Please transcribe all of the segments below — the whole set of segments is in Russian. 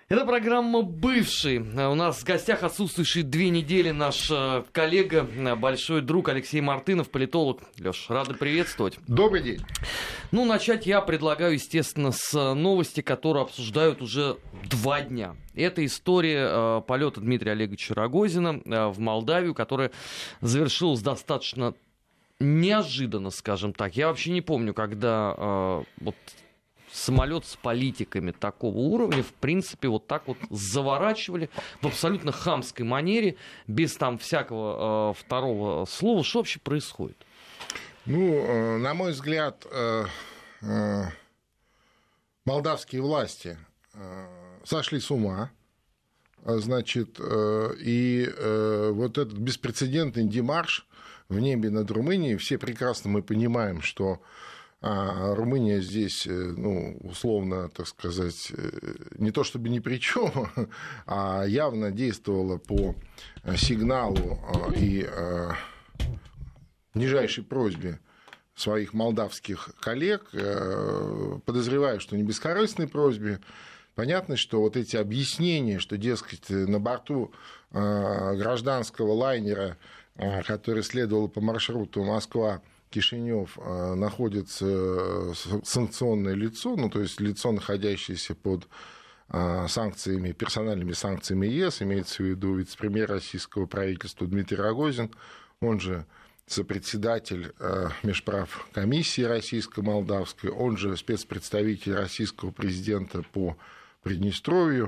Это программа «Бывший». У нас в гостях отсутствующий 2 недели наш коллега, большой друг Алексей Мартынов, политолог. Лёш, рады приветствовать. Добрый день. Ну, начать я предлагаю, естественно, с новости, которую обсуждают уже 2 дня. Это история полета Дмитрия Олеговича Рогозина в Молдавию, которая завершилась достаточно неожиданно, скажем так. Я вообще не помню, когда самолет с политиками такого уровня, в принципе, вот так вот заворачивали в абсолютно хамской манере, без там всякого второго слова. Что вообще происходит? Ну, на мой взгляд, молдавские власти сошли с ума. Значит, и вот этот беспрецедентный демарш в небе над Румынией, все прекрасно мы понимаем, что Румыния здесь, ну, условно, так сказать, не то чтобы ни при чем, а явно действовала по сигналу и нижайшей просьбе своих молдавских коллег, подозреваю, что не бескорыстной просьбе. Понятно, что вот эти объяснения, что, дескать, на борту гражданского лайнера, который следовал по маршруту Москва-Кишинев, находится санкционное лицо, ну, то есть лицо, находящееся под санкциями, персональными санкциями ЕС, имеется в виду вице-премьер российского правительства Дмитрий Рогозин, он же сопредседатель межправ комиссии российско-молдавской, он же спецпредставитель российского президента по Приднестровью,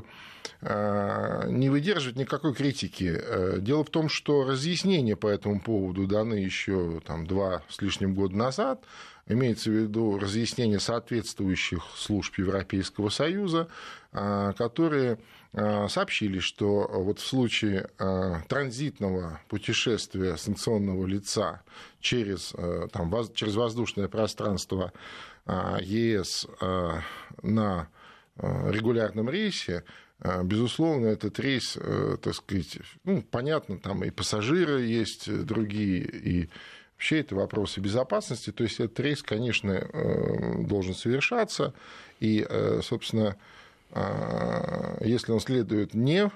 не выдерживает никакой критики. Дело в том, что разъяснения по этому поводу даны еще 2 с лишним года назад. Имеется в виду разъяснения соответствующих служб Европейского Союза, которые сообщили, что вот в случае транзитного путешествия санкционного лица через воздушное пространство ЕС на регулярном рейсе, безусловно, этот рейс, так сказать, ну, понятно, там и пассажиры есть другие, и вообще это вопросы безопасности. То есть этот рейс, конечно, должен совершаться, и, собственно, если он следует не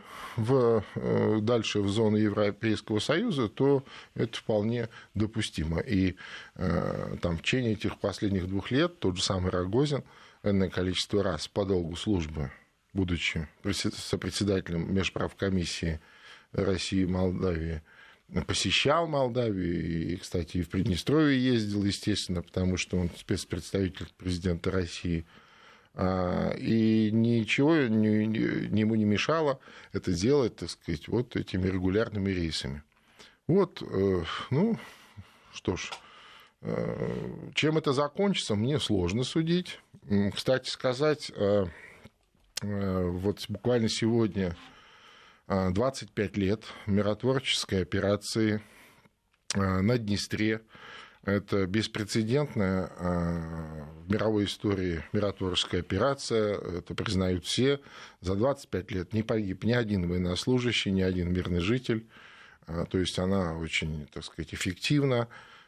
дальше в зону Европейского Союза, то это вполне допустимо. И там, в течение этих последних 2 лет тот же самый Рогозин энное количество раз по долгу службы, будучи сопредседателем межправкомиссии России и Молдавии, посещал Молдавию и, кстати, и в Приднестровье ездил, естественно, потому что он спецпредставитель президента России. И ничего ему не мешало это делать, так сказать, вот этими регулярными рейсами. Вот, ну, что ж, чем это закончится, мне сложно судить. Кстати сказать, вот буквально сегодня 25 лет миротворческой операции на Днестре. Это беспрецедентная в мировой истории миротворческая операция, это признают все. За 25 лет не погиб ни один военнослужащий, ни один мирный житель. То есть она очень, так сказать, эффективна.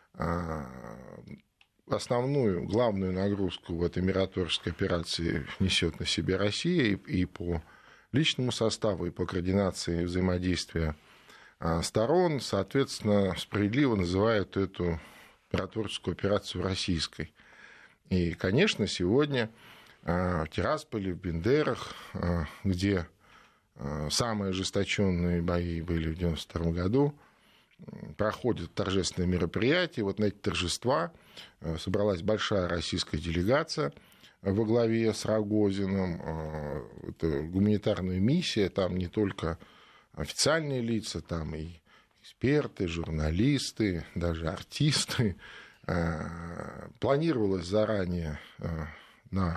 Основную, главную нагрузку в этой миротворческой операции несет на себе Россия и по личному составу, и по координации взаимодействия сторон. Соответственно, справедливо называют эту миротворческую операцию российской. И, конечно, сегодня в Тирасполе, в Бендерах, где самые ожесточенные бои были в 1992 году, проходят торжественные мероприятия. Вот на эти торжества собралась большая российская делегация во главе с Рогозиным. Это гуманитарная миссия, там не только официальные лица, там и эксперты, журналисты, даже артисты. Планировалось заранее на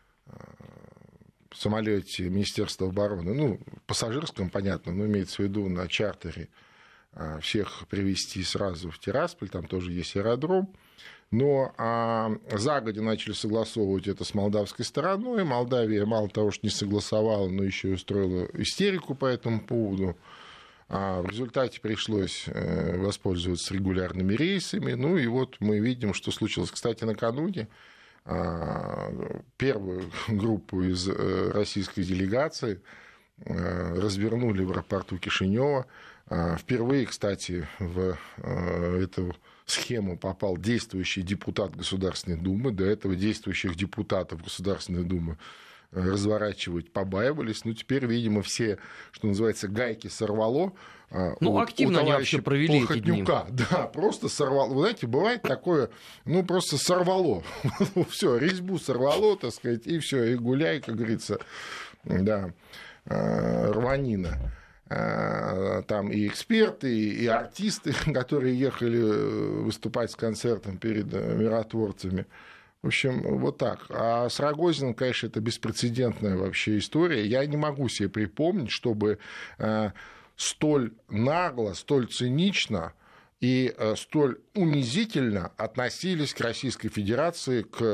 самолете Министерства обороны, ну, пассажирском, понятно, но имеется в виду на чартере, всех привезти сразу в Тирасполь, там тоже есть аэродром. Но загодя начали согласовывать это с молдавской стороной. Молдавия мало того, что не согласовала, но еще и устроила истерику по этому поводу. В результате пришлось воспользоваться регулярными рейсами. Ну и вот мы видим, что случилось. Кстати, накануне первую группу из российской делегации развернули в аэропорту Кишинева. Впервые, кстати, в эту схему попал действующий депутат Государственной Думы. До этого действующих депутатов Государственной Думы разворачивать побаивались. Ну, теперь, видимо, все, что называется, гайки сорвало. Активно они вообще провели эти дни. Да, просто сорвало. Вы знаете, бывает такое, просто сорвало. Все, резьбу сорвало, так сказать, и все, и гуляй, как говорится, да, рванина. Там и эксперты, и артисты, которые ехали выступать с концертом перед миротворцами. В общем, вот так. А с Рогозиным, конечно, это беспрецедентная вообще история. Я не могу себе припомнить, чтобы столь нагло, столь цинично и столь унизительно относились к Российской Федерации, к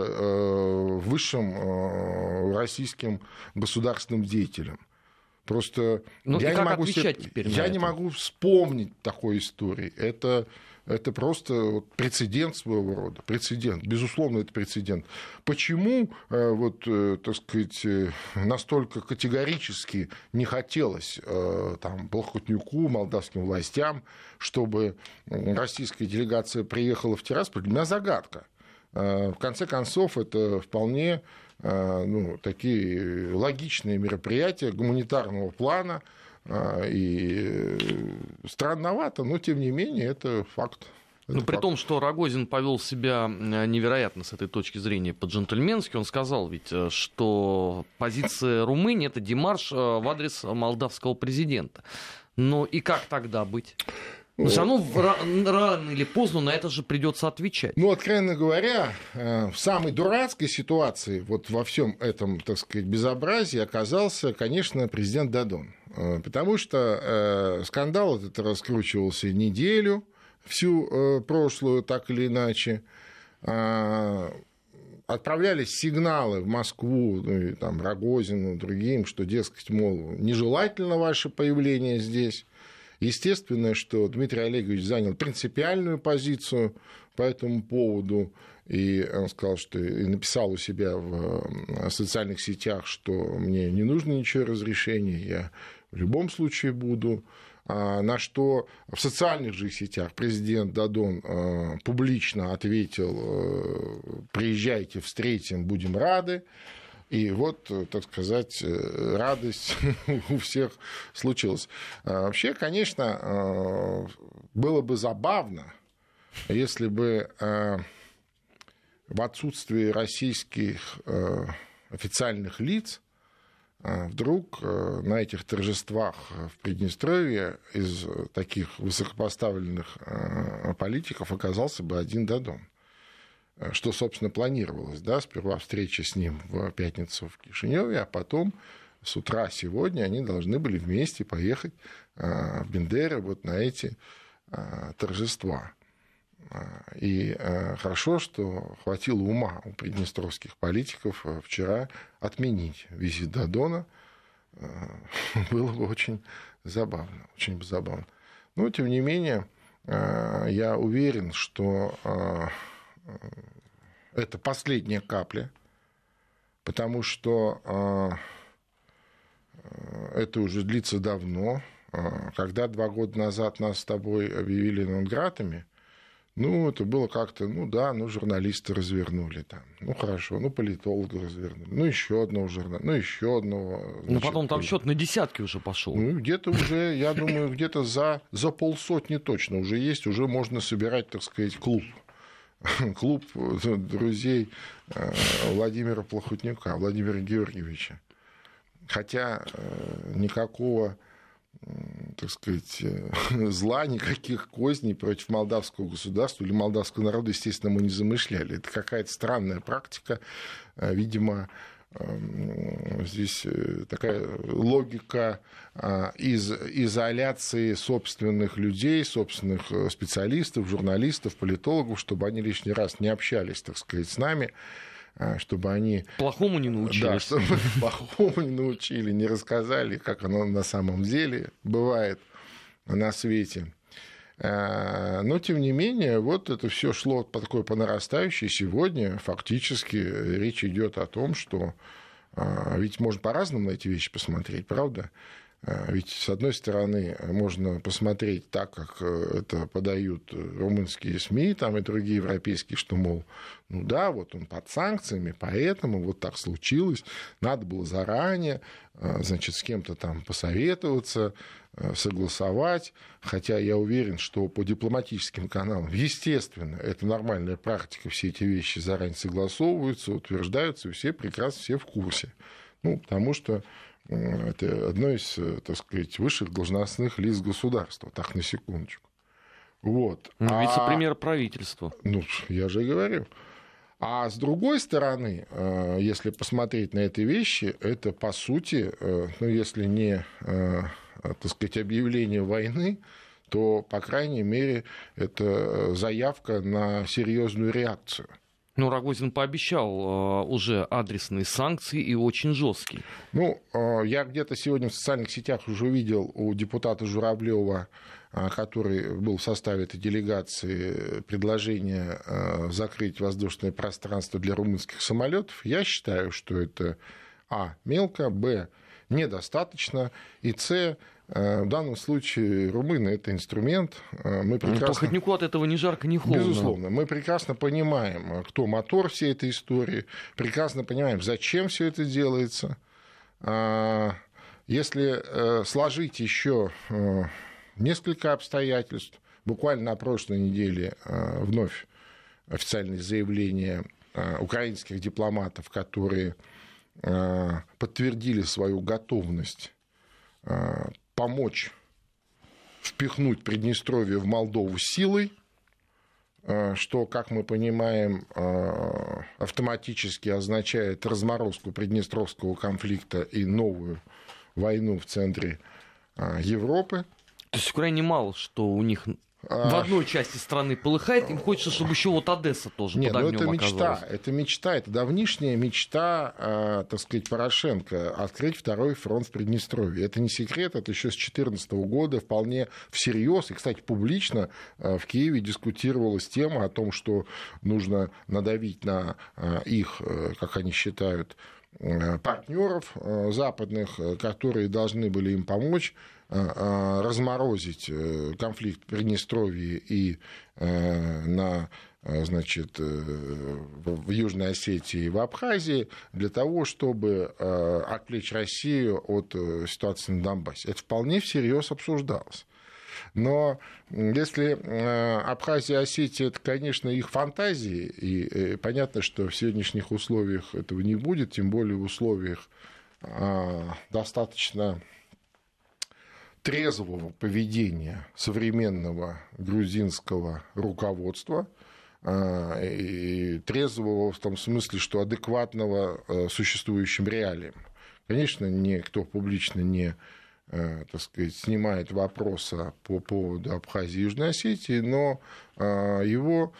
высшим российским государственным деятелям. Просто я не могу вспомнить такой истории. Это просто прецедент своего рода. Прецедент. Безусловно, это прецедент. Почему так сказать, настолько категорически не хотелось Плохотнюку, молдавским властям, чтобы российская делегация приехала в Тирасполь, для меня загадка. В конце концов, это вполне такие логичные мероприятия гуманитарного плана. И странновато, но тем не менее это факт. При том, что Рогозин повел себя невероятно с этой точки зрения по-джентльменски, он сказал ведь, что позиция Румынии — это демарш в адрес молдавского президента. Ну и как тогда быть? Но все равно рано или поздно на это же придется отвечать. Откровенно говоря, в самой дурацкой ситуации во всем этом, так сказать, безобразии оказался, конечно, президент Додон. Потому что скандал этот раскручивался неделю, всю прошлую, так или иначе. Отправлялись сигналы в Москву, Рогозину, другим, что, дескать, мол, нежелательно ваше появление здесь. Естественно, что Дмитрий Олегович занял принципиальную позицию по этому поводу, и он сказал, что и написал у себя в социальных сетях, что мне не нужно ничего разрешения, я в любом случае буду. На что в социальных же сетях президент Додон публично ответил: приезжайте, встретим, будем рады. И так сказать, радость у всех случилась. Вообще, конечно, было бы забавно, если бы в отсутствии российских официальных лиц вдруг на этих торжествах в Приднестровье из таких высокопоставленных политиков оказался бы один Додон. Что, собственно, планировалось, да, сперва встреча с ним в пятницу в Кишиневе, а потом с утра сегодня они должны были вместе поехать в Бендеры на эти торжества. И хорошо, что хватило ума у приднестровских политиков вчера отменить визит Додона. Было бы очень забавно, очень забавно. Но, тем не менее, я уверен, что это последняя капля, потому что это уже длится давно. Когда 2 года назад нас с тобой объявили нонгратами, это было как-то, журналисты развернули там, хорошо, политолога развернули, еще одного журналиста, еще одного. Потом там счет на десятки уже пошел. Где-то уже, я думаю, где-то за 500 точно уже есть, уже можно собирать, так сказать, клуб друзей Владимира Плохотнюка, Владимира Георгиевича. Хотя никакого, так сказать, зла, никаких козней против молдавского государства или молдавского народа, естественно, мы не замышляли. Это какая-то странная практика. Видимо, здесь такая логика из изоляции собственных людей, собственных специалистов, журналистов, политологов, чтобы они лишний раз не общались, так сказать, с нами, чтобы они... Плохому не научились. Да, чтобы плохому не научили, не рассказали, как оно на самом деле бывает на свете. Но, тем не менее, вот это все шло по нарастающей. Сегодня фактически речь идет о том, что ведь можно по-разному на эти вещи посмотреть, правда? Ведь, с одной стороны, можно посмотреть так, как это подают румынские СМИ там, и другие европейские, что, мол, ну да, вот он под санкциями, поэтому вот так случилось, надо было заранее, значит, с кем-то там посоветоваться, согласовать, хотя я уверен, что по дипломатическим каналам, естественно, это нормальная практика, все эти вещи заранее согласовываются, утверждаются, и все прекрасно, все в курсе. Ну, потому что это одно из, так сказать, высших должностных лиц государства, так, на секундочку. Вот. Вице-премьер правительства. Ну, я же говорю. А с другой стороны, если посмотреть на эти вещи, это, по сути, ну, если не, так сказать, объявление войны, то, по крайней мере, это заявка на серьезную реакцию. Ну, Рогозин пообещал уже адресные санкции и очень жесткие. Ну, я где-то сегодня в социальных сетях уже увидел у депутата Журавлева, который был в составе этой делегации, предложение закрыть воздушное пространство для румынских самолетов. Я считаю, что это мелко, недостаточно, и в данном случае румыны — это инструмент. Мы прекрасно... Плохотнику от этого ни жарко, ни холодно. Безусловно. Мы прекрасно понимаем, кто мотор всей этой истории, прекрасно понимаем, зачем все это делается. Если сложить еще несколько обстоятельств, буквально на прошлой неделе вновь официальные заявления украинских дипломатов, которые подтвердили свою готовность помочь впихнуть Приднестровье в Молдову силой, что, как мы понимаем, автоматически означает разморозку приднестровского конфликта и новую войну в центре Европы. То есть крайне мало, что у них в одной части страны полыхает, им хочется, чтобы еще вот Одесса тоже под огнем оказалась. Это мечта, это давнишняя мечта, так сказать, Порошенко открыть второй фронт в Приднестровье. Это не секрет, это еще с 2014 года вполне всерьез. И, кстати, публично в Киеве дискутировалась тема о том, что нужно надавить на их, как они считают, партнеров западных, которые должны были им помочь разморозить конфликт в Приднестровье и значит, в Южной Осетии и в Абхазии для того, чтобы отвлечь Россию от ситуации на Донбассе. Это вполне всерьез обсуждалось. Но если Абхазия и Осетия — это, конечно, их фантазии, и понятно, что в сегодняшних условиях этого не будет, тем более в условиях достаточно трезвого поведения современного грузинского руководства, и трезвого в том смысле, что адекватного существующим реалиям. Конечно, никто публично не, так сказать, снимает вопроса по поводу Абхазии и Южной Осетии, но его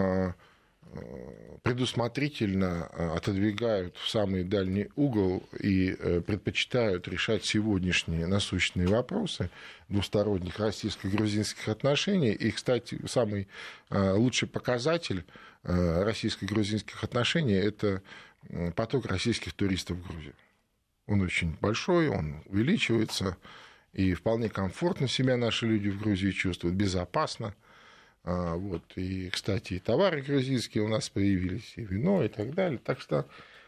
предусмотрительно отодвигают в самый дальний угол и предпочитают решать сегодняшние насущные вопросы двусторонних российско-грузинских отношений. И, кстати, самый лучший показатель российско-грузинских отношений — это поток российских туристов в Грузию. Он очень большой, он увеличивается, и вполне комфортно себя наши люди в Грузии чувствуют, безопасно. Вот. И, кстати, и товары грузинские у нас появились, и вино, и так далее. Так что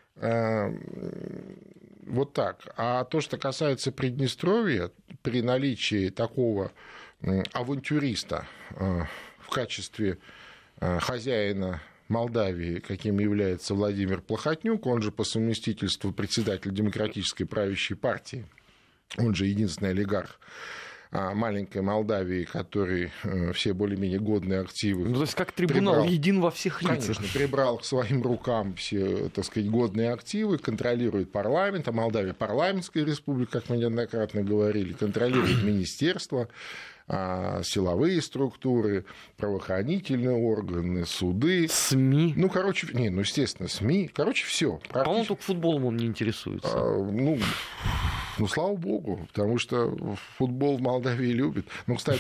вот так. А то, что касается Приднестровья, при наличии такого авантюриста в качестве хозяина Молдавии, каким является Владимир Плохотнюк, он же по совместительству председатель демократической правящей партии, он же единственный олигарх маленькой Молдавии, который все более-менее годные активы... Ну, то есть как трибунал един во всех лицах. Конечно, прибрал к своим рукам все, так сказать, годные активы, контролирует парламент, а Молдавия парламентская республика, как мы неоднократно говорили, контролирует министерство, силовые структуры, правоохранительные органы, суды. СМИ. Ну, короче, естественно, СМИ. Короче, все. По-моему, только футболом он не интересуется. Ну, слава богу, потому что футбол в Молдавии любит. Ну, кстати,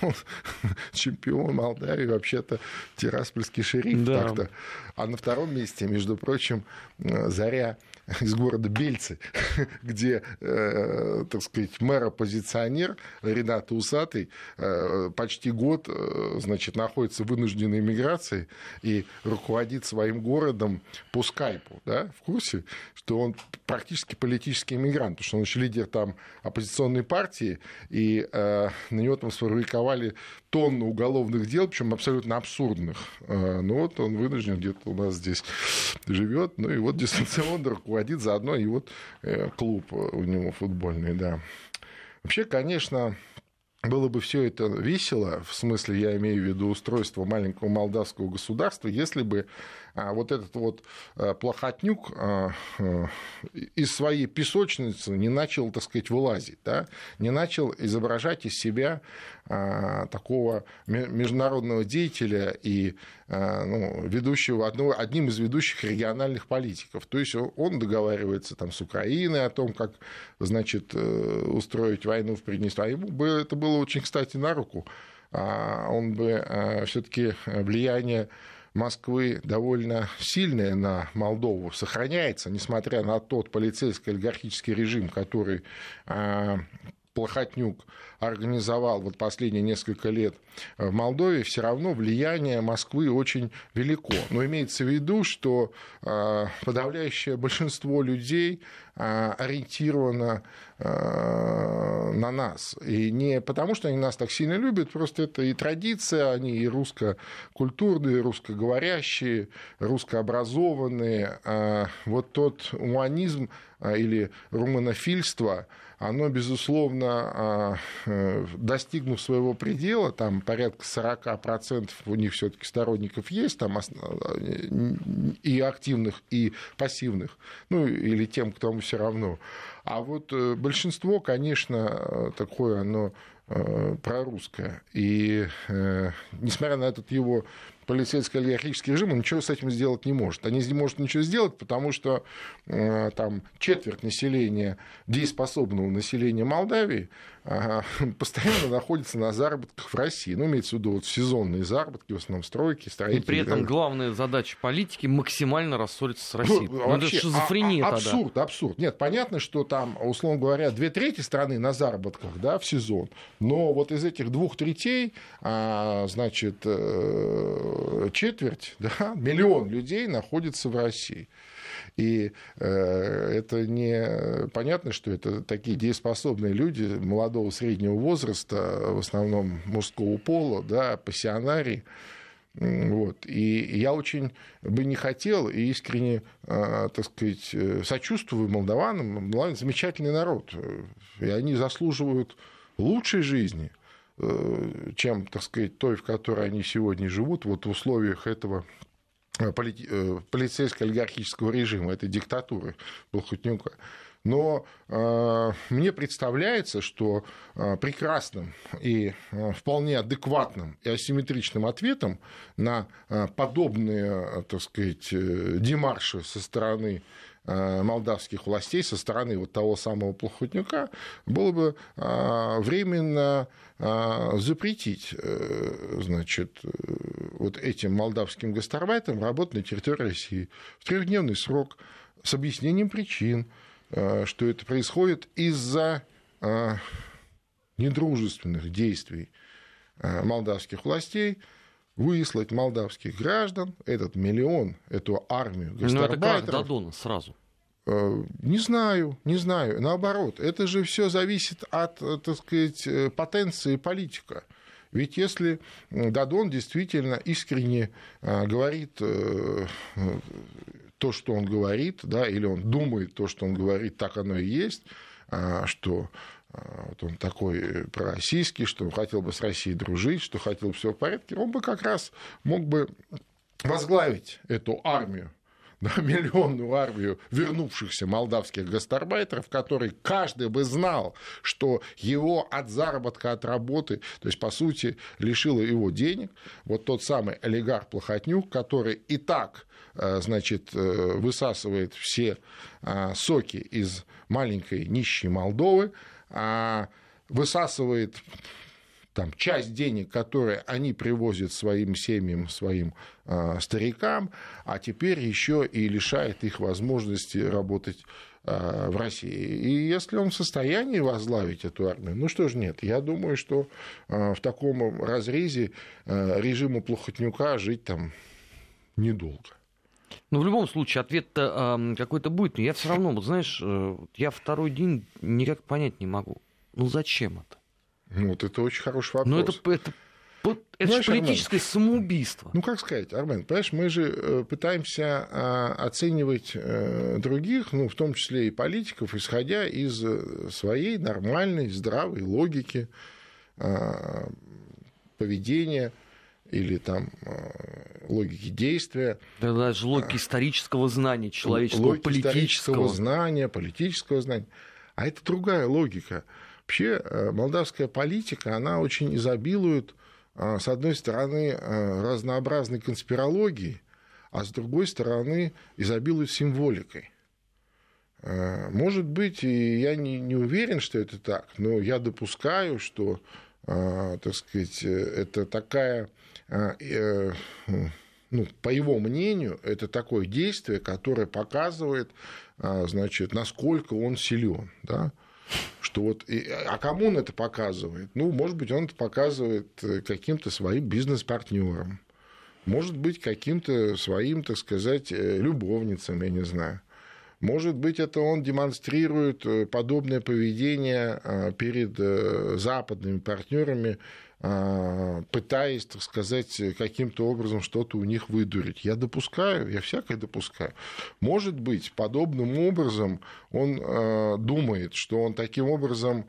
чемпион Молдавии вообще-то Тираспольский Шериф. Да. Так-то. А на втором месте, между прочим, Заря из города Бельцы, где, так сказать, мэр-оппозиционер Ренат Усатый почти год, значит, находится в вынужденной миграции и руководит своим городом по скайпу. Да? В курсе, что он практически политический иммигрант, потому что он еще лидер там оппозиционной партии, и на него там сфабриковали тонну уголовных дел, причем абсолютно абсурдных. Ну вот он вынужден где-то у нас здесь живет, ну и вот дистанционно руководит, заодно и вот клуб у него футбольный, да. Вообще, конечно, было бы все это весело, в смысле, я имею в виду устройство маленького молдавского государства, если бы вот этот вот Плохотнюк из своей песочницы не начал, так сказать, вылазить, да? Не начал изображать из себя такого международного деятеля и ведущего, одним из ведущих региональных политиков. То есть он договаривается там с Украиной о том, как, значит, устроить войну в Приднестровье. А ему бы это было очень, кстати, на руку. Он бы все-таки влияние Москвы довольно сильное на Молдову сохраняется, несмотря на тот полицейско-олигархический режим, который Плохотнюк организовал вот последние несколько лет в Молдове, все равно влияние Москвы очень велико. Но имеется в виду, что подавляющее большинство людей ориентировано на нас. И не потому, что они нас так сильно любят, просто это и традиция, они и русско-культурные, русскоговорящие, русскообразованные. Вот тот уманизм или румынофильство, оно, безусловно, достигнув своего предела, там порядка 40% у них все-таки сторонников есть, там и активных, и пассивных, ну или тем, кому все равно. А вот большинство, конечно, такое оно прорусское. И несмотря на этот его полицейско-олигархический режим, он ничего с этим сделать не может. Они не могут ничего сделать, потому что там четверть населения, дееспособного населения Молдавии постоянно находится на заработках в России. Ну, имеется в виду вот сезонные заработки, в основном стройки, строительные. И при этом главная задача политики максимально рассориться с Россией. Ну, это шизофрения тогда. Абсурд. Нет, понятно, что там, условно говоря, 2/3 страны на заработках, да, в сезон, но вот из этих 2/3, значит, четверть, да, 1 миллион людей находится в России. И это не понятно, что это такие дееспособные люди молодого среднего возраста, в основном мужского пола, да, пассионарии. Вот. И я очень бы не хотел и искренне, так сказать, сочувствую молдаванам. Молдаване замечательный народ, и они заслуживают лучшей жизни, чем, так сказать, той, в которой они сегодня живут, вот в условиях этого полицейско-олигархического режима, этой диктатуры Плохотнюка. Но мне представляется, что прекрасным и вполне адекватным и асимметричным ответом на подобные, так сказать, демарши со стороны молдавских властей, со стороны вот того самого Плохотнюка, было бы временно запретить, значит, вот этим молдавским гастарбайтерам работать на территории России в 3-дневный срок с объяснением причин, что это происходит из-за недружественных действий молдавских властей, выслать молдавских граждан, этот миллион, эту армию гастарбайтеров. Ну, это как Додона сразу. Не знаю. Наоборот, это же все зависит от, так сказать, потенции политика. Ведь если Додон действительно искренне говорит то, что он говорит, да, или он думает то, что он говорит, так оно и есть, что вот он такой пророссийский, что он хотел бы с Россией дружить, что хотел бы все в порядке, он бы как раз мог бы возглавить эту армию миллионную армию вернувшихся молдавских гастарбайтеров, который каждый бы знал, что его от заработка, от работы, то есть, по сути, лишило его денег, вот тот самый олигарх Плохотнюк, который и так, значит, высасывает все соки из маленькой нищей Молдовы, высасывает там часть денег, которые они привозят своим семьям, своим старикам, а теперь еще и лишает их возможности работать в России. И если он в состоянии возглавить эту армию, ну что ж нет, я думаю, что в таком разрезе режиму Плохотнюка жить там недолго. Ну, в любом случае, ответ-то какой-то будет, но я все равно, вот знаешь, я второй день никак понять не могу. Ну, зачем это? Ну, вот это очень хороший вопрос. Ну, это же политическое самоубийство. Ну, как сказать, Армен, понимаешь, мы же пытаемся оценивать других, ну, в том числе и политиков, исходя из своей нормальной, здравой логики поведения или там логики действия. Да, даже логики исторического знания человеческого, политического знания, политического знания. А это другая логика. Вообще молдавская политика, она очень изобилует, с одной стороны, разнообразной конспирологией, а с другой стороны, изобилует символикой. Может быть, и я не уверен, что это так, но я допускаю, что, так сказать, это такая, ну, по его мнению, это такое действие, которое показывает, значит, насколько он силен, да? Что вот, а кому он это показывает? Ну, может быть, он это показывает каким-то своим бизнес-партнерам, может быть, каким-то своим, так сказать, любовницам, я не знаю. Может быть, это он демонстрирует подобное поведение перед западными партнерами, пытаясь, так сказать, каким-то образом что-то у них выдурить. Я допускаю, я всякое допускаю. Может быть, подобным образом он думает, что он таким образом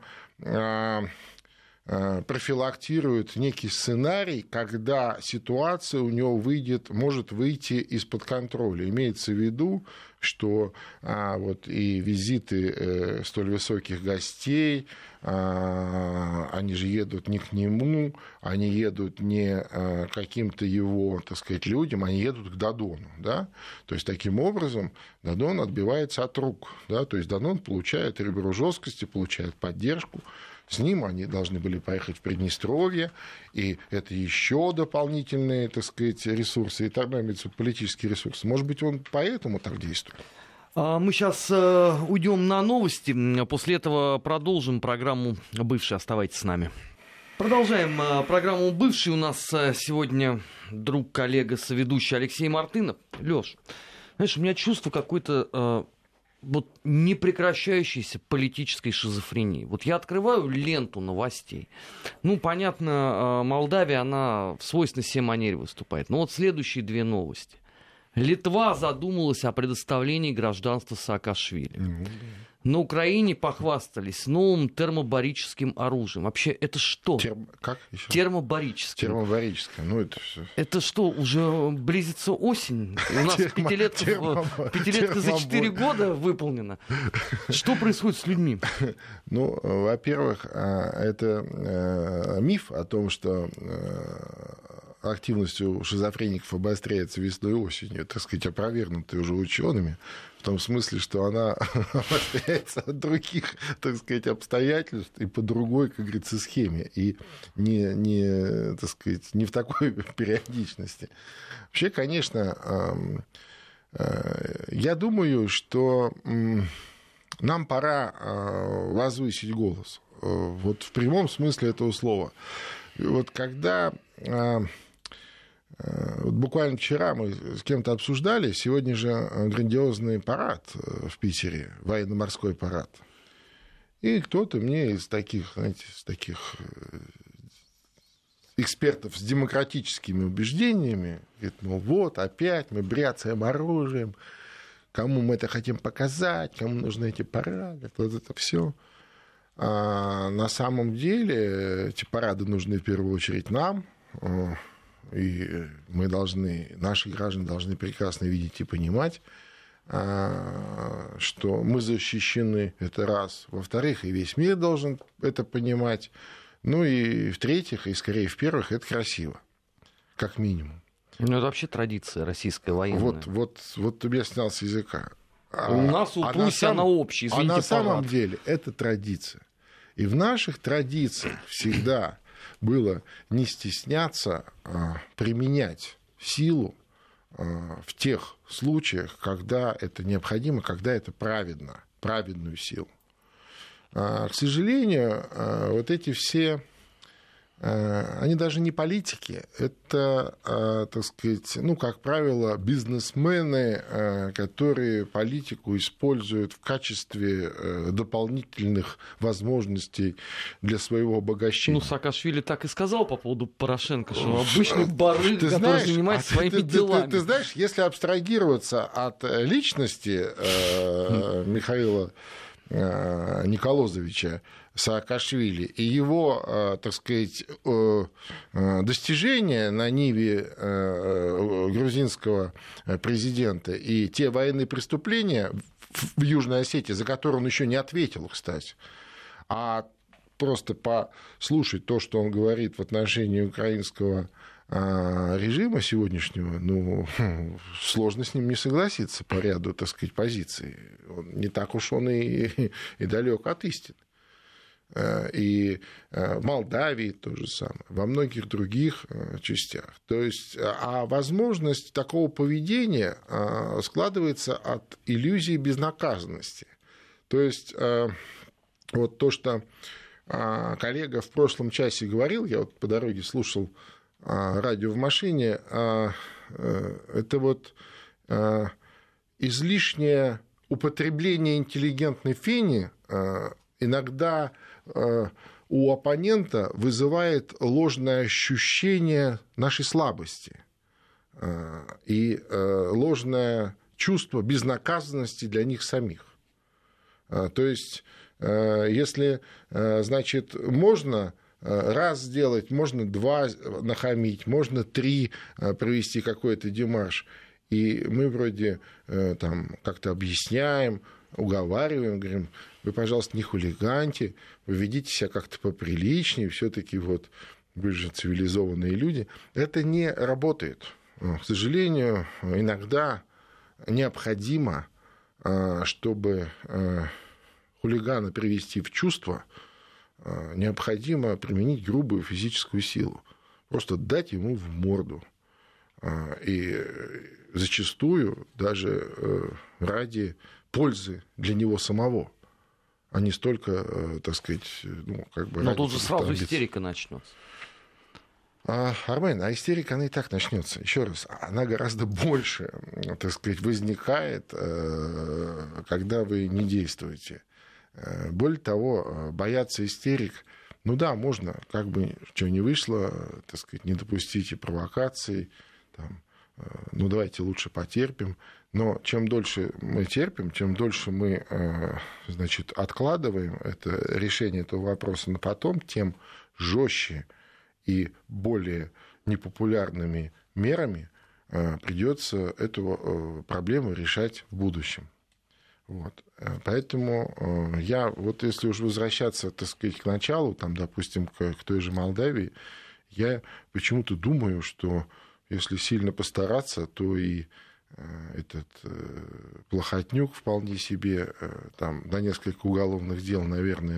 профилактирует некий сценарий, когда ситуация у него может выйти из-под контроля. Имеется в виду, что вот и визиты столь высоких гостей, они же едут не к нему, они едут не каким-то его, так сказать, людям, они едут к Додону. Да? То есть, таким образом, Додон отбивается от рук. Да? То есть, Додон получает ребро жесткости, получает поддержку. С ним они должны были поехать в Приднестровье, и это еще дополнительные, так сказать, ресурсы, и там имеются политические ресурсы. Может быть, он поэтому так действует? Мы сейчас уйдем на новости, после этого продолжим программу «Бывший». Оставайтесь с нами. Продолжаем программу «Бывший». У нас сегодня друг, коллега, соведущий Алексей Мартынов. Лёш, знаешь, у меня чувство какой-то вот непрекращающейся политической шизофрении. Вот я открываю ленту новостей. Ну, понятно, Молдавия, она в свойственной себе манере выступает. Но вот следующие две новости. Литва задумалась о предоставлении гражданства Саакашвили. На Украине похвастались новым термобарическим оружием. Вообще, это что? Как еще? Термобарическим. Термобарическое. Ну, это все. Это что, уже близится осень? У нас пятилетка за 4 года выполнена. Что происходит с людьми? Ну, во-первых, это миф о том, что активность у шизофреников обостряется весной и осенью, так сказать, опровергнутая уже учеными, в том смысле, что она обостряется от других, так сказать, обстоятельств и по другой, как говорится, схеме, и не, так сказать, не в такой периодичности. Вообще, конечно, я думаю, что нам пора возвысить голос, вот в прямом смысле этого слова. Вот когда... Вот буквально вчера мы с кем-то обсуждали, сегодня же грандиозный парад в Питере, военно-морской парад. И кто-то мне из таких, знаете, экспертов с демократическими убеждениями говорит, ну вот, опять мы бряцаем оружием, кому мы это хотим показать, кому нужны эти парады, вот это все. А на самом деле эти парады нужны в первую очередь нам, и наши граждане должны прекрасно видеть и понимать, что мы защищены, это раз. Во-вторых, и весь мир должен это понимать. Ну и в-третьих, и скорее в-первых, это красиво, как минимум. Ну, это вообще традиция российская военная. Вот ты меня снял с языка. У нас у Пруссии она общая, извините, на самом деле это традиция. И в наших традициях всегда было не стесняться применять силу в тех случаях, когда это необходимо, когда это праведно, праведную силу. К сожалению, вот эти все, они даже не политики, это, так сказать, ну, как правило, бизнесмены, которые политику используют в качестве дополнительных возможностей для своего обогащения. Ну, Саакашвили так и сказал по поводу Порошенко, что обычный барыг, который занимается своими делами. Ты знаешь, если абстрагироваться от личности Михаила Николозовича Саакашвили и его, так сказать, достижения на ниве грузинского президента и те военные преступления в Южной Осетии, за которые он еще не ответил, кстати, а просто послушать то, что он говорит в отношении украинского режима сегодняшнего, ну, сложно с ним не согласиться по ряду, так сказать, позиций. Не так уж он и далек от истины. И в Молдавии то же самое, во многих других частях. То есть, а возможность такого поведения складывается от иллюзии безнаказанности. То есть, вот то, что коллега в прошлом часе говорил, я вот по дороге слушал радио в машине, это вот излишнее употребление интеллигентной фени иногда у оппонента вызывает ложное ощущение нашей слабости и ложное чувство безнаказанности для них самих. То есть, если, значит, можно раз сделать, можно два нахамить, можно три провести какой-то демарш, и мы вроде там как-то объясняем, уговариваем, говорим: вы, пожалуйста, не хулиганьте, вы ведите себя как-то поприличнее, все-таки вот вы же цивилизованные люди. Это не работает. К сожалению, иногда необходимо, чтобы хулигана привести в чувство, необходимо применить грубую физическую силу. Просто дать ему в морду. И зачастую даже ради пользы для него самого, а не столько, так сказать, ну, как бы... Но тут же сразу истерика начнется. Армен, а истерика, она и так начнется. Еще раз, она гораздо больше, так сказать, возникает, когда вы не действуете. Более того, бояться истерик, ну да, можно, как бы что ни вышло, так сказать, не допустите провокаций, там, ну давайте лучше потерпим. Но чем дольше мы терпим, чем дольше мы, значит, откладываем это решение этого вопроса на потом, тем жестче и более непопулярными мерами придется эту проблему решать в будущем. Вот. Поэтому я, вот если уж возвращаться, так сказать, к началу, там, допустим, к той же Молдавии, я почему-то думаю, что если сильно постараться, то и этот Плохотнюк вполне себе там на несколько уголовных дел, наверное,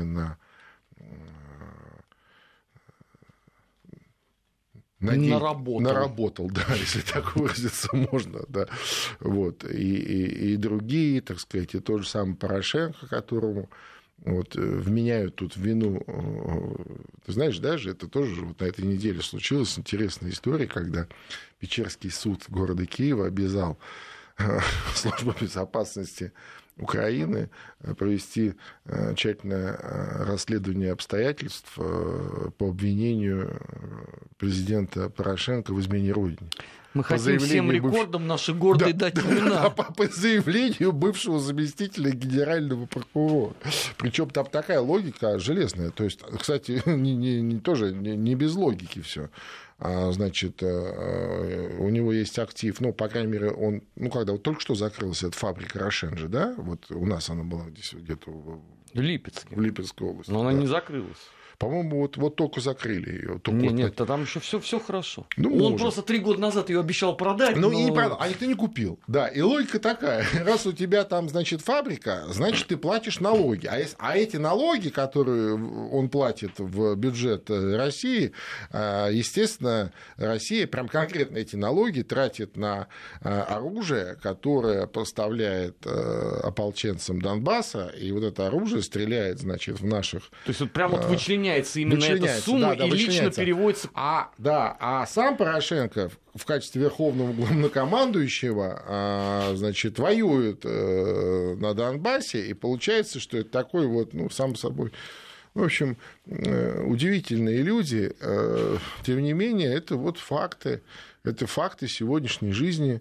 наработал, да, если так выразиться можно, да. Вот. И другие, так сказать, и тот же самый Порошенко, которому вот вменяют тут вину. Ты знаешь, даже это тоже вот на этой неделе случилась интересная история, когда Печерский суд города Киева обязал Службу безопасности Украины провести тщательное расследование обстоятельств по обвинению президента Порошенко в измене Родине. Мы хотим всем рекордам наши гордые дать имена. По заявлению бывшего заместителя генерального прокурора. Причем там такая логика железная. То есть, кстати, тоже не без логики все. Значит, у него есть актив, ну, по крайней мере, он, ну, когда вот только что закрылась эта фабрика Рошен же, да, вот у нас она была где-то в Липецкой области. Но она не закрылась. По-моему, вот только закрыли ее. Нет, там еще все хорошо. Ну, он может. просто 3 года назад ее обещал продать. Ну, и не продал, а никто не купил. Да, и логика такая. Раз у тебя там, значит, фабрика, значит, ты платишь налоги. А эти налоги, которые он платит в бюджет России, естественно, Россия прям конкретно эти налоги тратит на оружие, которое поставляет ополченцам Донбасса, и вот это оружие стреляет, значит, в наших... То есть вот прям вот вычленяется именно эта сумма, да, и лично переводится... А сам Порошенко в качестве верховного главнокомандующего, значит, воюет на Донбассе, и получается, что это такой вот, ну, сам собой... В общем, удивительные люди. Тем не менее, это вот факты. Это факты сегодняшней жизни.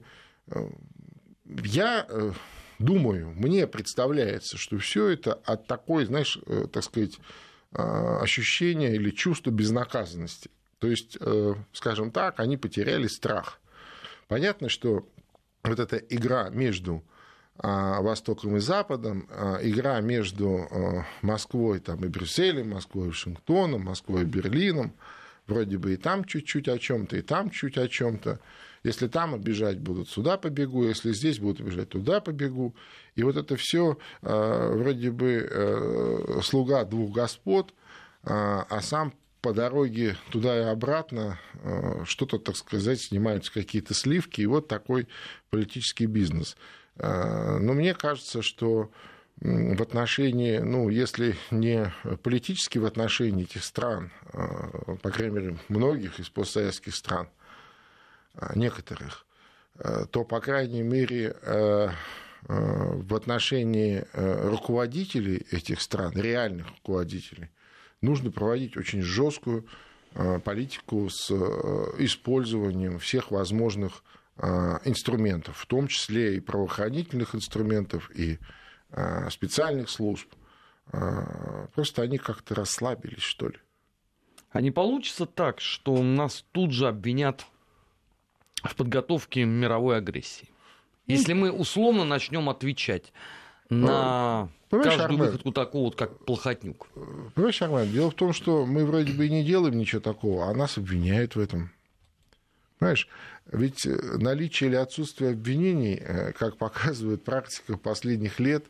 Я думаю, мне представляется, что все это от такой, знаешь, так сказать, ощущения или чувства безнаказанности. То есть, скажем так, они потеряли страх. Понятно, что вот эта игра между Востоком и Западом, игра между Москвой там, и Брюсселем, Москвой и Вашингтоном, Москвой и Берлином, вроде бы и там чуть-чуть о чем-то, и там чуть о чем-то. Если там обижать будут, сюда побегу, если здесь будут обижать, туда побегу. И вот это все вроде бы слуга двух господ, а сам по дороге туда и обратно что-то, так сказать, снимаются какие-то сливки, и вот такой политический бизнес. Но мне кажется, что в отношении, ну, если не политически в отношении этих стран, по крайней мере, многих из постсоветских стран, некоторых, то, по крайней мере, в отношении руководителей этих стран, реальных руководителей, нужно проводить очень жесткую политику с использованием всех возможных инструментов, в том числе и правоохранительных инструментов, и специальных служб. Просто они как-то расслабились, что ли. А не получится так, что нас тут же обвинят в подготовке мировой агрессии? Если мы условно начнем отвечать на каждую выходку такого вот, как Плохотнюк. Понимаешь, Армен, дело в том, что мы вроде бы и не делаем ничего такого, а нас обвиняют в этом. Понимаешь, ведь наличие или отсутствие обвинений, как показывает практика последних лет,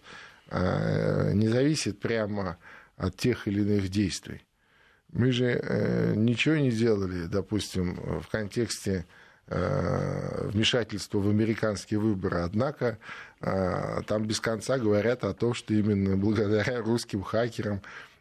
не зависит прямо от тех или иных действий. Мы же ничего не делали, допустим, в контексте вмешательства в американские выборы. Однако там без конца говорят о том, что именно благодаря русским хакерам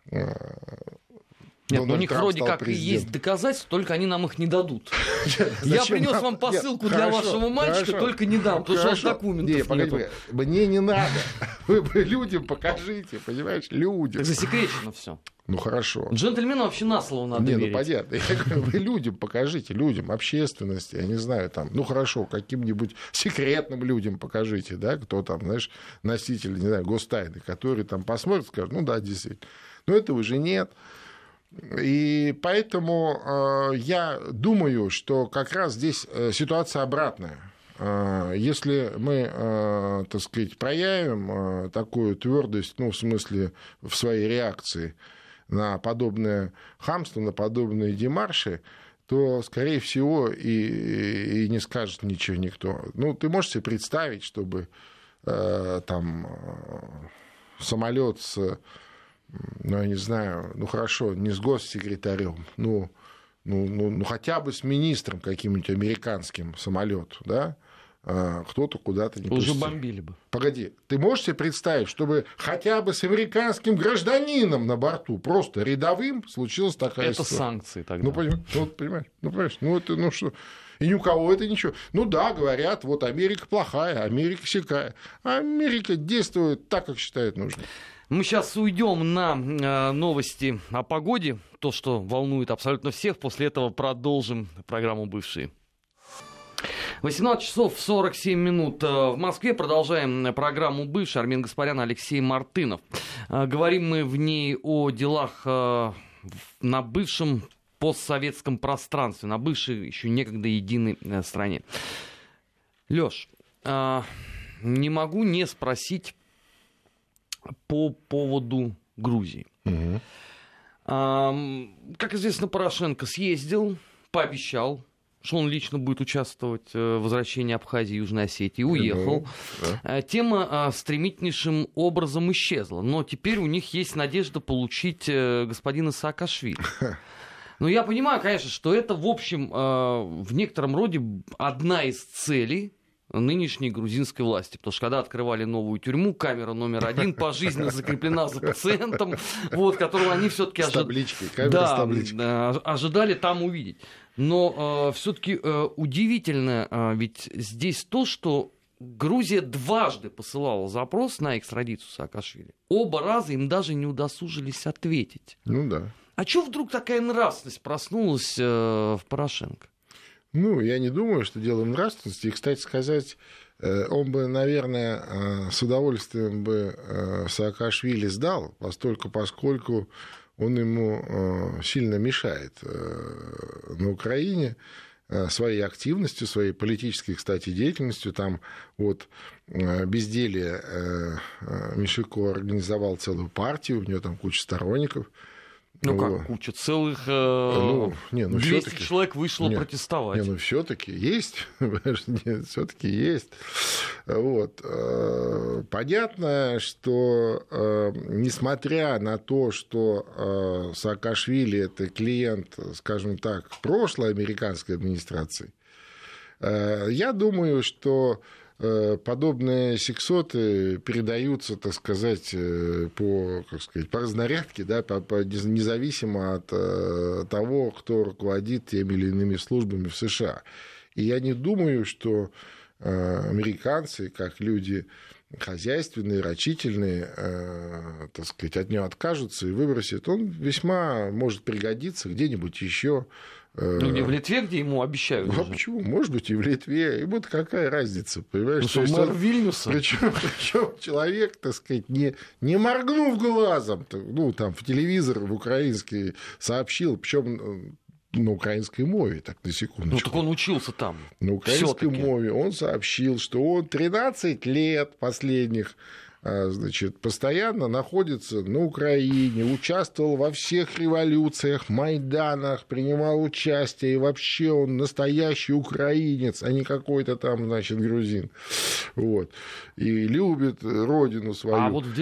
нет, у них вроде как и есть доказательства, только они нам их не дадут. Я принес вам посылку для вашего мальчика, только не дам, потому что у вас документов нет. Мне не надо. Вы людям покажите, понимаешь, людям. Так засекречено все. Ну хорошо. Джентльмену вообще на слово надо верить. Ну понятно. Я говорю, вы людям покажите, людям, общественности, я не знаю, там, ну хорошо, каким-нибудь секретным людям покажите, да, кто там, знаешь, носитель, не знаю, гостайны, который там посмотрит, скажет, ну да, действительно. Но этого же нет. И поэтому я думаю, что как раз здесь ситуация обратная. Если мы, так сказать, проявим такую твердость, ну, в смысле, в своей реакции на подобное хамство, на подобные демарши, то, скорее всего, и не скажет ничего никто. Ну, ты можешь себе представить, чтобы там самолет с... Ну, я не знаю, ну, хорошо, не с госсекретарем, ну хотя бы с министром каким-нибудь американским самолет, да, кто-то куда-то не пустил. Уже бомбили бы. Погоди, ты можешь себе представить, чтобы хотя бы с американским гражданином на борту, просто рядовым, случилась такая это история? Санкции тогда. Ну, понимаешь, это, что... И ни у кого это ничего. Ну да, говорят, вот Америка плохая, Америка сякая. А Америка действует так, как считает нужным. Мы сейчас уйдем на новости о погоде, то, что волнует абсолютно всех. После этого продолжим программу «Бывшие». 18 часов 47 минут в Москве. Продолжаем программу «Бывший». Армен Гаспарян, Алексей Мартынов. Говорим мы в ней о делах на бывшем постсоветском пространстве, на бывшей еще некогда единой стране. Лёш, не могу не спросить по поводу Грузии. Угу. Как известно, Порошенко съездил, пообещал, что он лично будет участвовать в возвращении Абхазии и Южной Осетии, уехал. Да. Тема стремительнейшим образом исчезла, но теперь у них есть надежда получить господина Саакашвили. Но я понимаю, конечно, что это, в общем, в некотором роде одна из целей нынешней грузинской власти. Потому что когда открывали новую тюрьму, камера номер 1 пожизненно закреплена за пациентом, вот, которого они все-таки ожидали там увидеть. Но все-таки удивительно ведь здесь то, что Грузия дважды посылала запрос на экстрадицию Саакашвили. Оба раза им даже не удосужились ответить. Ну да. А чего вдруг такая нравственность проснулась в Порошенко? Ну, я не думаю, что дело в нравственности. И, кстати сказать, он бы, наверное, с удовольствием бы Саакашвили сдал, поскольку он ему сильно мешает на Украине своей активностью, своей политической, кстати, деятельностью. Там вот безделие Мишико организовал целую партию, у него там куча сторонников. Ну как, куча целых 200 человек вышло протестовать. Ну все-таки есть, все-таки есть. Вот. Понятно, что несмотря на то, что Саакашвили это клиент, скажем так, прошлой американской администрации, я думаю, что подобные сексоты передаются, так сказать, по разнарядке, да, независимо от того, кто руководит теми или иными службами в США. И я не думаю, что американцы, как люди хозяйственные, рачительные, так сказать, от него откажутся и выбросят. Он весьма может пригодиться где-нибудь еще. Ну, не в Литве, где ему обещают. Ну, а почему? Может быть, и в Литве. Ему-то какая разница, понимаешь? Ну, мэр Вильнюса. Причем человек, так сказать, не моргнув глазом, ну, там, в телевизор в украинский сообщил, причем на украинской мове, так, на секундочку. Ну, так он учился там. На украинской мове он сообщил, что он 13 лет последних, значит, постоянно находится на Украине, участвовал во всех революциях, майданах, принимал участие, и вообще он настоящий украинец, а не какой-то там, значит, грузин. Вот. И любит родину свою. А вот в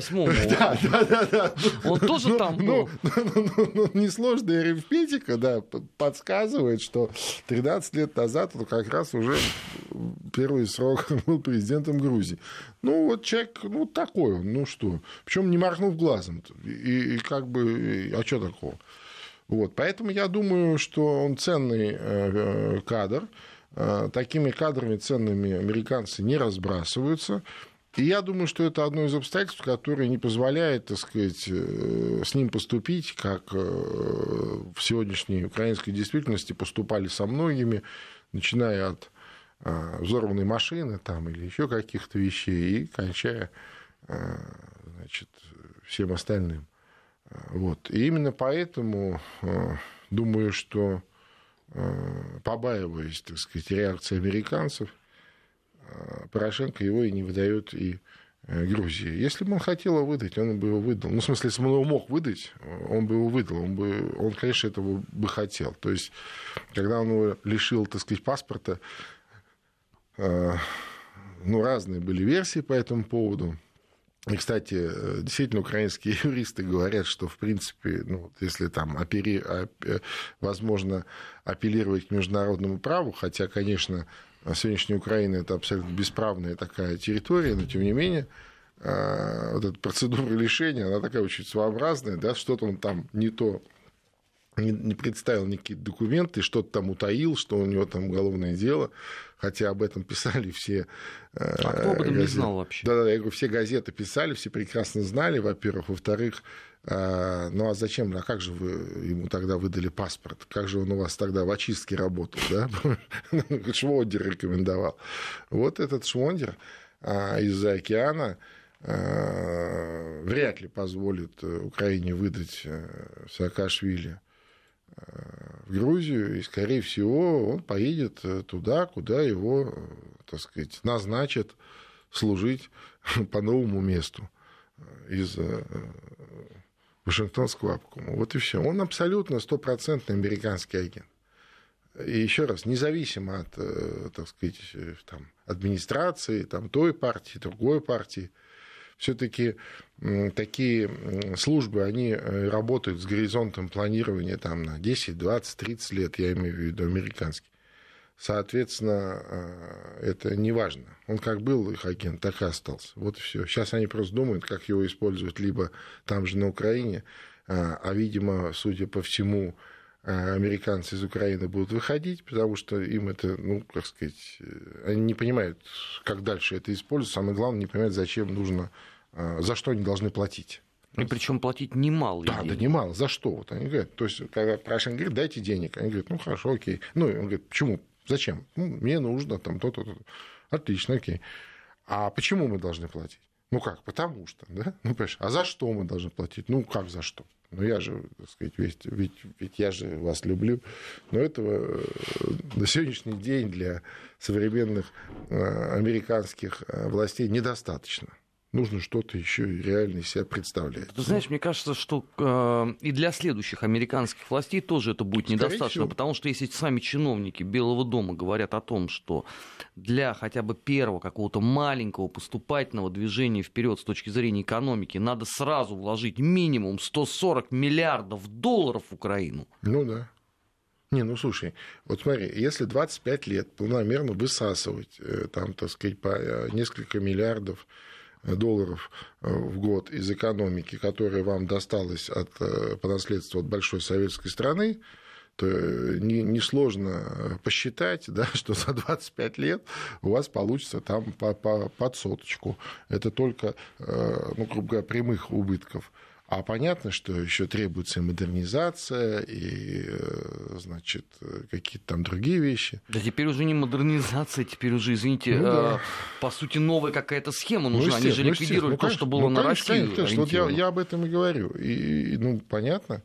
2008-м он тоже там был? Несложная арифметика, да, подсказывает, что 13 лет назад он как раз уже первый срок был президентом Грузии. Ну, вот человек, ну, такой он, ну что. Причем не моргнув глазом. И как бы, а что такого? Вот. Поэтому я думаю, что он ценный кадр. Такими кадрами ценными американцы не разбрасываются. И я думаю, что это одно из обстоятельств, которое не позволяет, так сказать, с ним поступить, как в сегодняшней украинской действительности поступали со многими, начиная от взорванной машины там, или еще каких-то вещей, и кончая, значит, всем остальным. Вот. И именно поэтому думаю, что, побаиваясь, так сказать, реакции американцев, Порошенко его и не выдает и Грузии. Если бы он хотел его выдать, он бы его выдал. Ну, в смысле, если бы он его мог выдать, он бы его выдал. Он, конечно, этого бы хотел. То есть, когда он его лишил, так сказать, паспорта, ну, разные были версии по этому поводу. И, кстати, действительно, украинские юристы говорят, что, в принципе, ну, если там возможно апеллировать к международному праву, хотя, конечно, сегодняшняя Украина – это абсолютно бесправная такая территория, но, тем не менее, вот эта процедура лишения, она такая очень своеобразная, да, что-то он там не то не представил никакие документы, что-то там утаил, что у него там уголовное дело, хотя об этом писали все. А кто об этом не знал вообще? Да, я говорю, все газеты писали, все прекрасно знали, во-первых. Во-вторых, Ну а зачем, а как же вы ему тогда выдали паспорт? Как же он у вас тогда в очистке работал, да? Швондер рекомендовал. Вот этот Швондер из-за океана вряд ли позволит Украине выдать Саакашвили в Грузию, и, скорее всего, он поедет туда, куда его, так сказать, назначат служить по новому месту из Вашингтонского обкома. Вот и все. Он абсолютно стопроцентный американский агент. И еще раз, независимо от, так сказать, там, администрации, там, той партии, другой партии, все-таки такие службы, они работают с горизонтом планирования там, на 10, 20, 30 лет, я имею в виду американский. Соответственно, это не важно. Он как был их агент, так и остался. Вот и все. Сейчас они просто думают, как его использовать либо там же на Украине, а видимо, судя по всему, американцы из Украины будут выходить, потому что им это, ну, как сказать, они не понимают, как дальше это использовать. Самое главное, не понимают, зачем нужно, за что они должны платить. И причем платить немало. Да, да, немало. За что? Вот они говорят, то есть, когда Порошенко говорит, дайте денег, они говорят, ну, хорошо, окей. Ну, он говорит, почему? Зачем? Ну, мне нужно там то-то, то-то. Отлично, окей. А почему мы должны платить? Ну как? Потому что, да? Ну, понимаешь, а за что мы должны платить? Ну, как за что? Ну, я же, так сказать, ведь я же вас люблю. Но этого на сегодняшний день для современных американских властей недостаточно. Нужно что-то еще и реально из себя представлять. Ты знаешь, мне кажется, что и для следующих американских властей тоже это будет недостаточно, потому что если сами чиновники Белого дома говорят о том, что для хотя бы первого какого-то маленького поступательного движения вперед с точки зрения экономики надо сразу вложить минимум 140 миллиардов долларов в Украину. Ну да. Не, ну слушай, вот смотри, если 25 лет планомерно высасывать там, так сказать, по несколько миллиардов долларов в год из экономики, которая вам досталась по наследству от большой советской страны, то несложно посчитать, да, что за 25 лет у вас получится там под соточку. Это только, ну, грубо говоря, прямых убытков. А понятно, что еще требуется и модернизация, и, значит, какие-то там другие вещи. Да теперь уже не модернизация, теперь уже, извините, ну, да. По сути, новая какая-то схема нужна. Они же ликвидировали то, что было на Россию. Конечно. Вот я об этом и говорю. И, ну, понятно.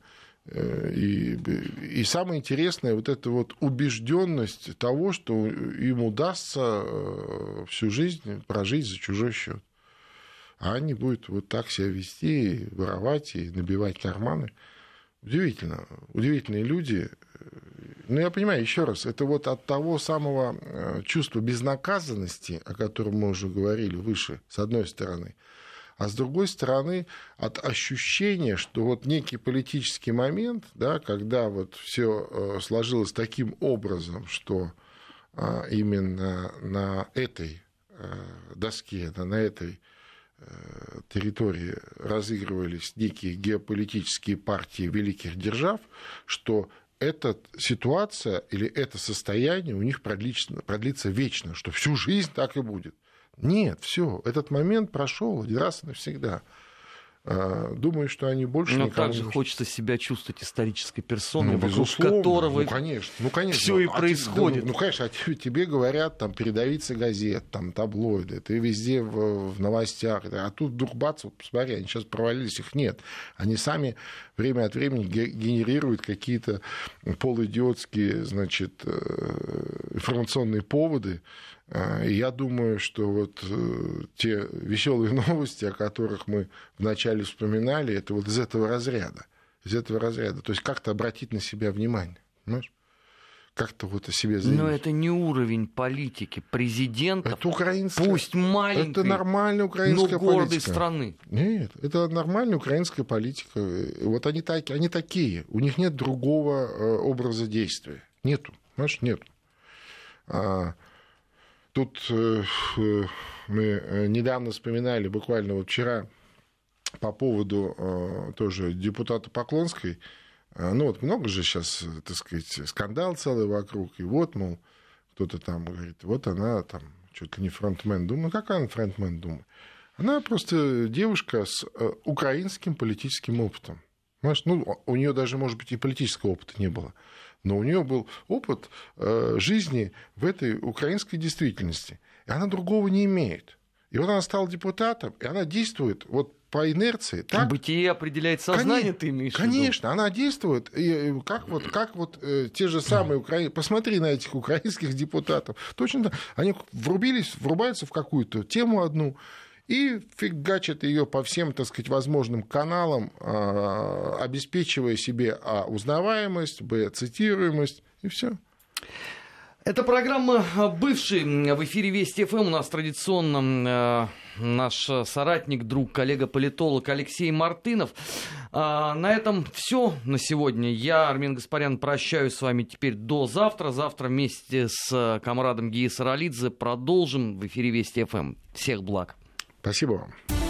И самое интересное, вот эта вот убежденность того, что им удастся всю жизнь прожить за чужой счет. А они будут вот так себя вести, воровать и набивать карманы. Удивительно. Удивительные люди. Но я понимаю, еще раз, это вот от того самого чувства безнаказанности, о котором мы уже говорили выше, с одной стороны, а с другой стороны, от ощущения, что вот некий политический момент, да, когда вот все сложилось таким образом, что именно на этой доске, на этой территории разыгрывались некие геополитические партии великих держав, что эта ситуация или это состояние у них продлится вечно, что всю жизнь так и будет. Нет, все, этот момент прошел один раз и навсегда. Думаю, что они больше но никому также не... хочется себя чувствовать исторической персоной, вокруг которого конечно. Все и происходит. Конечно, тебе говорят, там, передовицы газет, там, таблоиды, ты везде в новостях, а тут вдруг бац, вот посмотри, они сейчас провалились, их нет. Они сами время от времени генерируют какие-то полуидиотские, значит, информационные поводы. И я думаю, что вот те веселые новости, о которых мы вначале вспоминали, это вот из этого разряда. То есть как-то обратить на себя внимание, понимаешь? Как-то вот о себе заявить. Но это не уровень политики президента, это украинская, пусть маленькой, это нормальная украинская но гордой политика. Страны. Нет, это нормальная украинская политика. Вот они такие. У них нет другого образа действия. Нету, понимаешь, нету. Тут мы недавно вспоминали, буквально вот вчера, по поводу тоже депутата Поклонской. Ну вот много же сейчас, так сказать, скандал целый вокруг. И вот, мол, кто-то там говорит, вот она там чуть ли не фронтмен Думы. Какая она фронтмен Думы? Она просто девушка с украинским политическим опытом. Понимаешь? Ну, у нее даже, может быть, и политического опыта не было. Но у нее был опыт жизни в этой украинской действительности. И она другого не имеет. И вот она стала депутатом, и она действует вот по инерции. Так, бытие определяет сознание, ты имеешь в виду? Конечно, она действует, как те же самые украинцы. Посмотри на этих украинских депутатов. Точно так. Они врубаются в какую-то тему одну, и фигачат ее по всем, так сказать, возможным каналам, обеспечивая себе узнаваемость, цитируемость, и все. Это программа «Бывший». В эфире Вести ФМ. У нас традиционно наш соратник, друг, коллега-политолог Алексей Мартынов. На этом все на сегодня. Я, Армен Гаспарян, прощаюсь с вами теперь до завтра. Завтра вместе с комрадом Гия Саралидзе продолжим в эфире Вести ФМ. Всех благ. Спасибо вам.